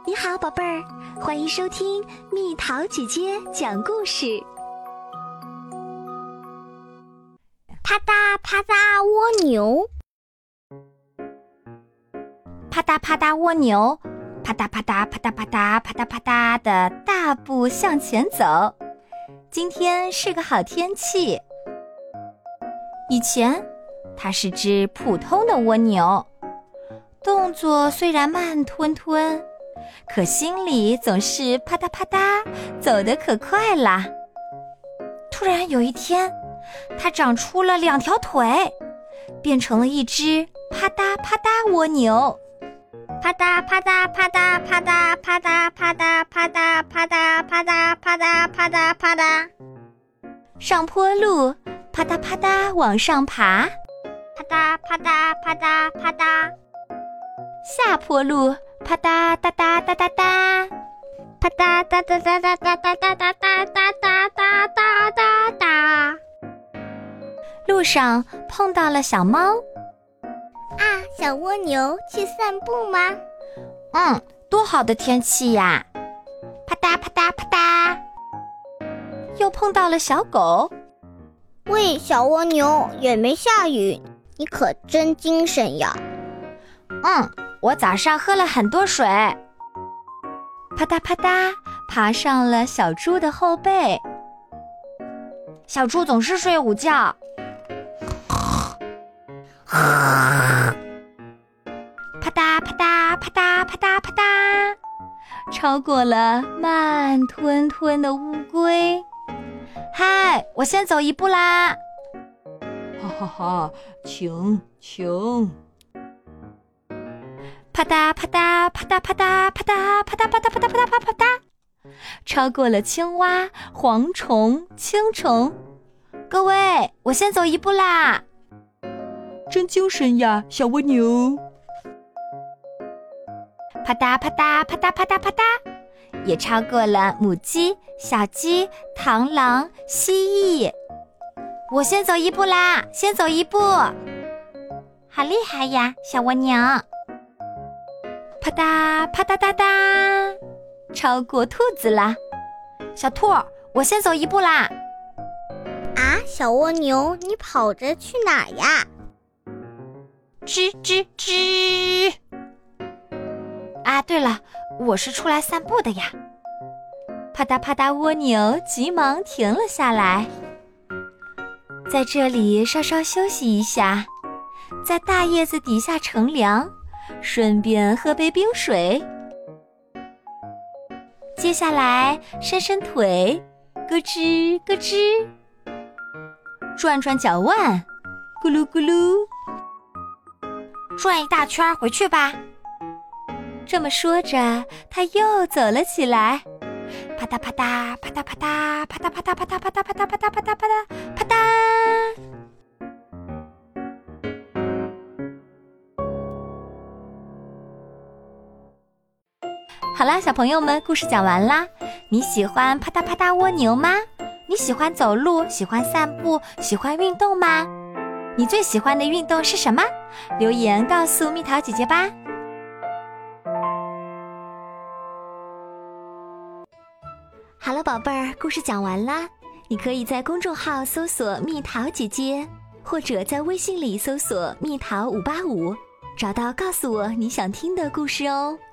你好，宝贝儿，欢迎收听蜜桃姐姐讲故事。 啪嗒啪嗒蜗牛，啪嗒啪嗒蜗牛，啪嗒啪嗒啪嗒啪嗒啪嗒啪嗒的大步向前走。今天是个好天气。以前，它是只普通的蜗牛，动作虽然慢吞吞，可心里总是啪嗒啪嗒，走得可快啦。突然有一天，它长出了2条腿，变成了一只啪嗒啪嗒蜗牛。啪嗒啪嗒啪嗒啪嗒啪嗒啪嗒啪嗒啪嗒啪嗒啪嗒啪嗒啪嗒。上坡路，啪嗒啪嗒往上爬，啪嗒啪嗒啪嗒啪嗒。下坡路，啪嗒哒哒哒哒哒，啪嗒哒哒哒哒哒哒哒哒哒哒哒哒哒哒。路上碰到了小猫。 啊，小蜗牛去散步吗？ 多好的天气呀！啪嗒啪嗒啪嗒。又碰到了小狗。 喂，小蜗牛，也没下雨，你可真精神呀。 我早上喝了很多水。啪嗒啪嗒，爬上了小猪的后背。小猪总是睡午觉。啪嗒啪嗒啪嗒啪嗒啪嗒，超过了慢吞吞的乌龟。嗨，我先走一步啦！ 哈哈哈，请。 啪嗒啪嗒啪嗒啪嗒啪嗒啪嗒啪嗒啪嗒啪嗒啪嗒啪嗒，超过了青蛙、蝗虫、青虫。各位，我先走一步啦！ 真精神呀，小蜗牛！ 啪嗒啪嗒啪嗒啪嗒啪嗒，也超过了母鸡、小鸡、螳螂、蜥蜴。我先走一步啦，先走一步！好厉害呀，小蜗牛！啪嗒啪嗒嗒嗒，超过兔子啦。小兔，我先走一步啦！ 啊，小蜗牛，你跑着去哪儿呀？ 吱吱吱！啊，对了，我是出来散步的呀。啪嗒啪嗒，蜗牛急忙停了下来，在这里稍稍休息一下，在大叶子底下乘凉，顺便喝杯冰水。接下来伸伸腿，咯吱咯吱，转转脚腕，咕噜咕噜，转一大圈回去吧。这么说着，他又走了起来。啪嗒啪嗒啪嗒啪嗒啪嗒啪嗒啪嗒啪嗒啪嗒啪嗒啪嗒啪嗒啪嗒。好啦，小朋友们，故事讲完啦。你喜欢啪嗒啪嗒蜗牛吗？你喜欢走路，喜欢散步，喜欢运动吗？你最喜欢的运动是什么？留言告诉蜜桃姐姐吧。 好了，宝贝儿，故事讲完啦。你可以在公众号搜索蜜桃姐姐，或者在微信里搜索蜜桃585，找到告诉我你想听的故事哦。